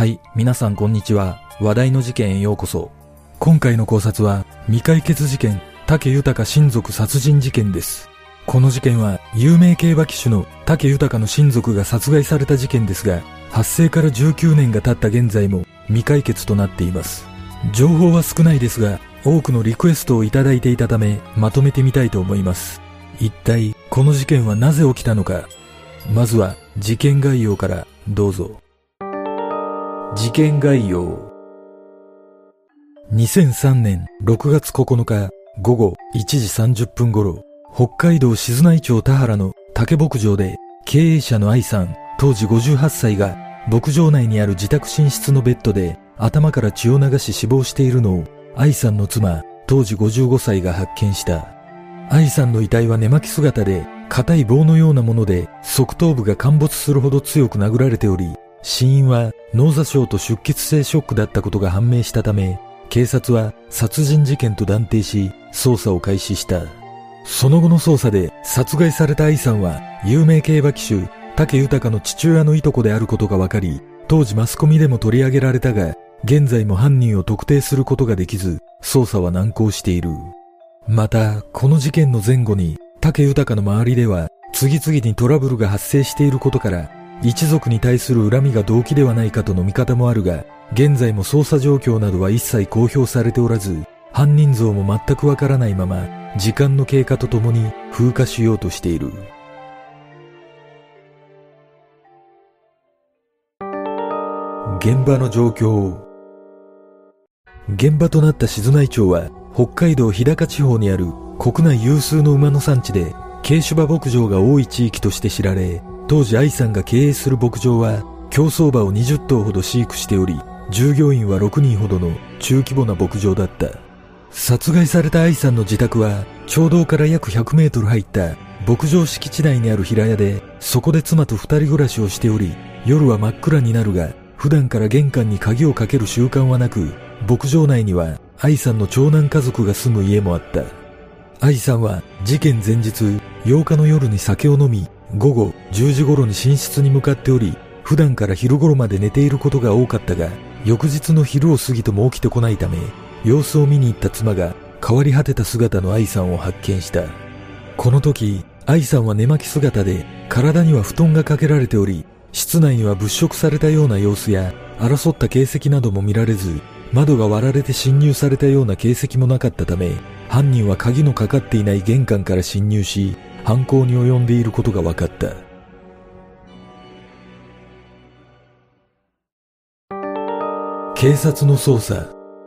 はい、皆さんこんにちは。話題の事件へようこそ。今回の考察は未解決事件、武豊親族殺人事件です。この事件は有名競馬騎手の武豊の親族が殺害された事件ですが、発生から19年が経った現在も未解決となっています。情報は少ないですが、多くのリクエストをいただいていたためまとめてみたいと思います。一体この事件はなぜ起きたのか。まずは事件概要からどうぞ。事件概要。2003年6月9日午後1時30分頃、北海道静内町田原の竹牧場で経営者の愛さん、当時58歳が牧場内にある自宅寝室のベッドで頭から血を流し死亡しているのを愛さんの妻、当時55歳が発見した。愛さんの遺体は寝巻き姿で硬い棒のようなもので側頭部が陥没するほど強く殴られており、死因は脳挫傷と出血性ショックだったことが判明したため、警察は殺人事件と断定し捜査を開始した。その後の捜査で殺害された愛さんは有名競馬騎手武豊の父親のいとこであることが分かり、当時マスコミでも取り上げられたが、現在も犯人を特定することができず捜査は難航している。またこの事件の前後に武豊の周りでは次々にトラブルが発生していることから、一族に対する恨みが動機ではないかとの見方もあるが、現在も捜査状況などは一切公表されておらず、犯人像も全くわからないまま時間の経過とともに風化しようとしている。現場の状況。現場となった静内町は北海道日高地方にある国内有数の馬の産地で、軽種馬牧場が多い地域として知られ、当時愛さんが経営する牧場は競走馬を20頭ほど飼育しており、従業員は6人ほどの中規模な牧場だった。殺害された愛さんの自宅は町道から約100メートル入った牧場敷地内にある平屋で、そこで妻と2人暮らしをしており、夜は真っ暗になるが普段から玄関に鍵をかける習慣はなく、牧場内には愛さんの長男家族が住む家もあった。愛さんは事件前日8日の夜に酒を飲み、午後10時頃に寝室に向かっており、普段から昼頃まで寝ていることが多かったが、翌日の昼を過ぎとも起きてこないため、様子を見に行った妻が変わり果てた姿の愛さんを発見した。この時愛さんは寝巻き姿で、体には布団がかけられており、室内には物色されたような様子や争った形跡なども見られず、窓が割られて侵入されたような形跡もなかったため、犯人は鍵のかかっていない玄関から侵入し、犯行に及んでいることが分かった。警察の捜査。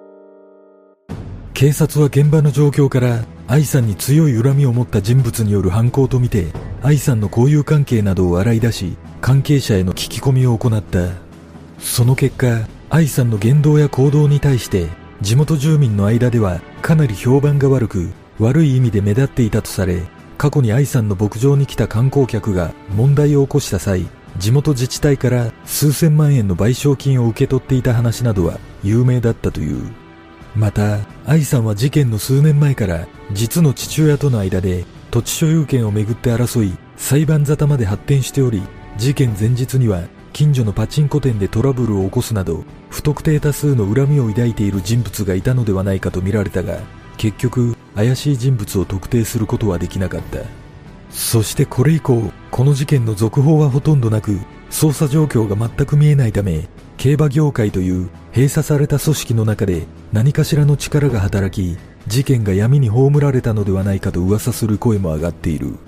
警察は現場の状況から愛さんに強い恨みを持った人物による犯行とみて、愛さんの交友関係などを洗い出し、関係者への聞き込みを行った。その結果、愛さんの言動や行動に対して地元住民の間ではかなり評判が悪く、悪い意味で目立っていたとされ、過去に愛さんの牧場に来た観光客が問題を起こした際、地元自治体から数千万円の賠償金を受け取っていた話などは有名だったという。また愛さんは事件の数年前から実の父親との間で土地所有権をめぐって争い、裁判沙汰まで発展しており、事件前日には近所のパチンコ店でトラブルを起こすなど、不特定多数の恨みを抱いている人物がいたのではないかと見られたが、結局怪しい人物を特定することはできなかった。そしてこれ以降、この事件の続報はほとんどなく、捜査状況が全く見えないため、競馬業界という閉鎖された組織の中で何かしらの力が働き、事件が闇に葬られたのではないかと噂する声も上がっている。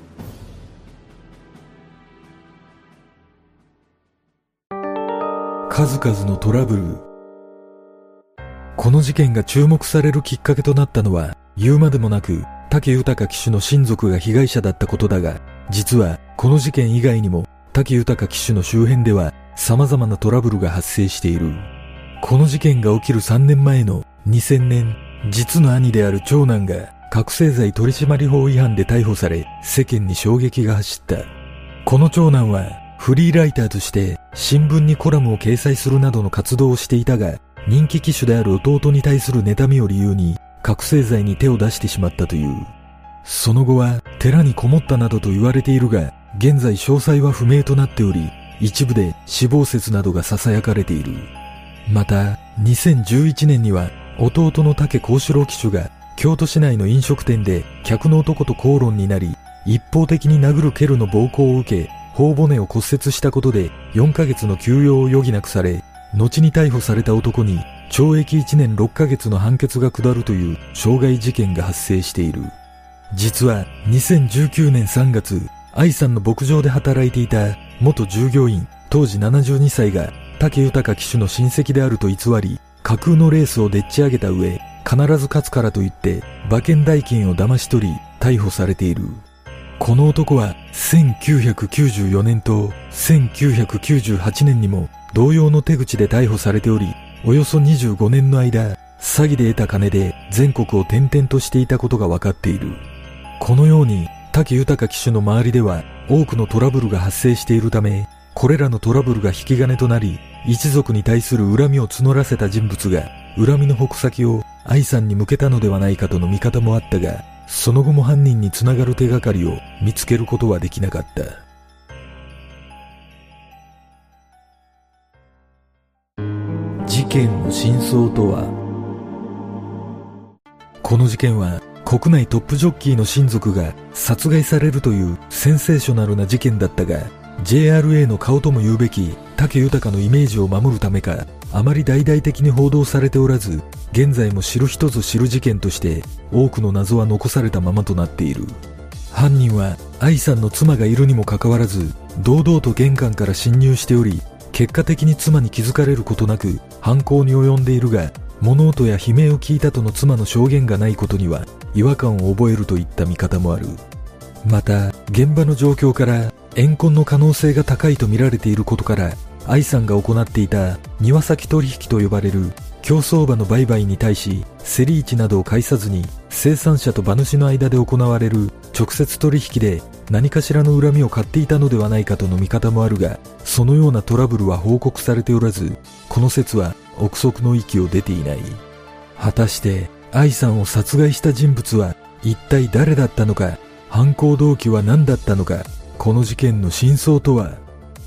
数々のトラブル。この事件が注目されるきっかけとなったのは、言うまでもなく武豊騎手の親族が被害者だったことだが、実はこの事件以外にも武豊騎手の周辺では様々なトラブルが発生している。この事件が起きる3年前の2000年、実の兄である長男が覚醒剤取締法違反で逮捕され、世間に衝撃が走った。この長男はフリーライターとして新聞にコラムを掲載するなどの活動をしていたが、人気騎手である弟に対する妬みを理由に覚醒剤に手を出してしまったという。その後は寺にこもったなどと言われているが、現在詳細は不明となっており、 一部で死亡説などが囁かれている。また、2011年には弟の武幸四郎騎手が京都市内の飲食店で客の男と口論になり、一方的に殴る蹴るの暴行を受け、頬骨を骨折したことで4ヶ月の休養を余儀なくされ、後に逮捕された男に懲役1年6ヶ月の判決が下るという傷害事件が発生している。実は2019年3月、愛さんの牧場で働いていた元従業員、当時72歳が武豊騎手の親戚であると偽り、架空のレースをでっち上げた上、必ず勝つからと言って馬券代金を騙し取り逮捕されている。この男は1994年と1998年にも同様の手口で逮捕されており、およそ25年の間、詐欺で得た金で全国を転々としていたことが分かっている。このように武豊騎手の周りでは多くのトラブルが発生しているため、これらのトラブルが引き金となり、一族に対する恨みを募らせた人物が恨みの矛先を愛さんに向けたのではないかとの見方もあったが、その後も犯人につながる手がかりを見つけることはできなかった。事件の真相とは。この事件は国内トップジョッキーの親族が殺害されるというセンセーショナルな事件だったが、 JRA の顔とも言うべき武豊のイメージを守るためか、あまり大々的に報道されておらず、現在も知る人ぞ知る事件として多くの謎は残されたままとなっている。犯人は愛さんの妻がいるにもかかわらず、堂々と玄関から侵入しており、結果的に妻に気づかれることなく犯行に及んでいるが、物音や悲鳴を聞いたとの妻の証言がないことには違和感を覚えるといった見方もある。また、現場の状況から怨恨の可能性が高いと見られていることから、愛さんが行っていた庭先取引と呼ばれる競走馬の売買に対し、競り市などを介さずに生産者と馬主の間で行われる直接取引で何かしらの恨みを買っていたのではないかとの見方もあるが、そのようなトラブルは報告されておらず、この説は憶測の域を出ていない。果たして愛さんを殺害した人物は一体誰だったのか、犯行動機は何だったのか、この事件の真相とは。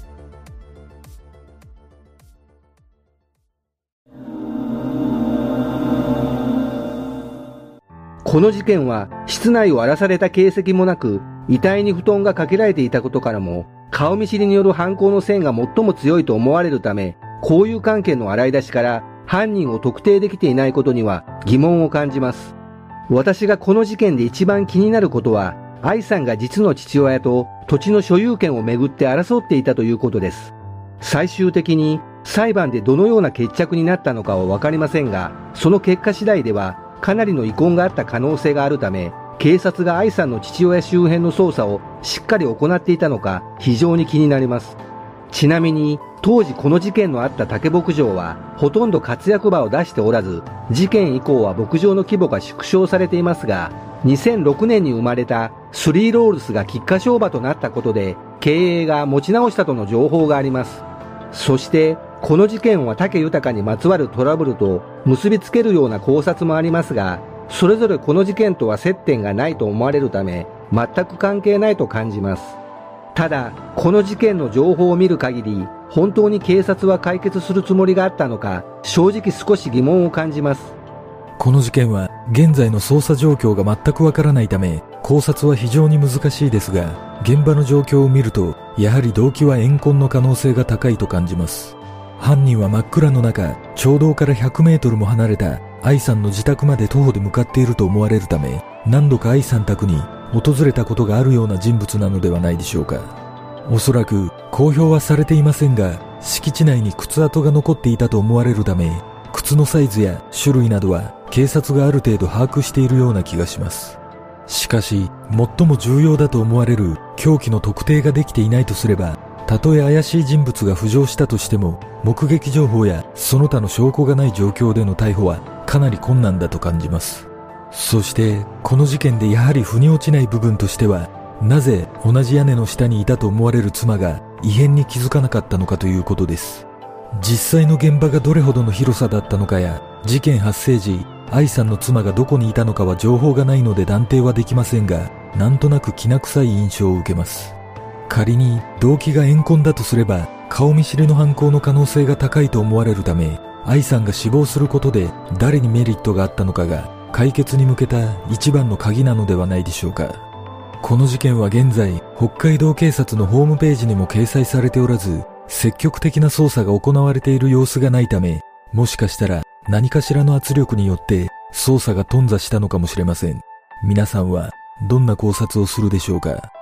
この事件は室内を荒らされた形跡もなく、遺体に布団がかけられていたことからも、顔見知りによる犯行の線が最も強いと思われるため、交友関係の洗い出しから犯人を特定できていないことには疑問を感じます。私がこの事件で一番気になることは、愛さんが実の父親と土地の所有権をめぐって争っていたということです。最終的に裁判でどのような決着になったのかはわかりませんが、その結果次第ではかなりの遺恨があった可能性があるため、警察が愛さんの父親周辺の捜査をしっかり行っていたのか非常に気になります。ちなみに当時この事件のあった竹牧場はほとんど活躍馬を出しておらず、事件以降は牧場の規模が縮小されていますが、2006年に生まれたスリーロールスが菊花賞馬となったことで経営が持ち直したとの情報があります。そしてこの事件は武豊にまつわるトラブルと結びつけるような考察もありますが、それぞれこの事件とは接点がないと思われるため全く関係ないと感じます。ただこの事件の情報を見る限り、本当に警察は解決するつもりがあったのか、正直少し疑問を感じます。 この事件は現在の捜査状況が全くわからないため、考察は非常に難しいですが、現場の状況を見るとやはり動機は怨恨の可能性が高いと感じます。犯人は真っ暗の中、町道から100メートルも離れた愛さんの自宅まで徒歩で向かっていると思われるため、何度か愛さん宅に訪れたことがあるような人物なのではないでしょうか。おそらく公表はされていませんが、敷地内に靴跡が残っていたと思われるため、靴のサイズや種類などは警察がある程度把握しているような気がします。しかし最も重要だと思われる凶器の特定ができていないとすれば、たとえ怪しい人物が浮上したとしても、目撃情報やその他の証拠がない状況での逮捕はかなり困難だと感じます。そしてこの事件でやはり腑に落ちない部分としては、なぜ同じ屋根の下にいたと思われる妻が異変に気づかなかったのかということです。実際の現場がどれほどの広さだったのかや、事件発生時愛さんの妻がどこにいたのかは情報がないので断定はできませんが、なんとなくきな臭い印象を受けます。仮に動機が怨恨だとすれば、 顔見知りの犯行の可能性が高いと思われるため、愛さんが死亡することで誰にメリットがあったのかが解決に向けた一番の鍵なのではないでしょうか。この事件は現在、北海道警察のホームページにも掲載されておらず、積極的な捜査が行われている様子がないため、もしかしたら何かしらの圧力によって捜査が頓挫したのかもしれません。皆さんはどんな考察をするでしょうか。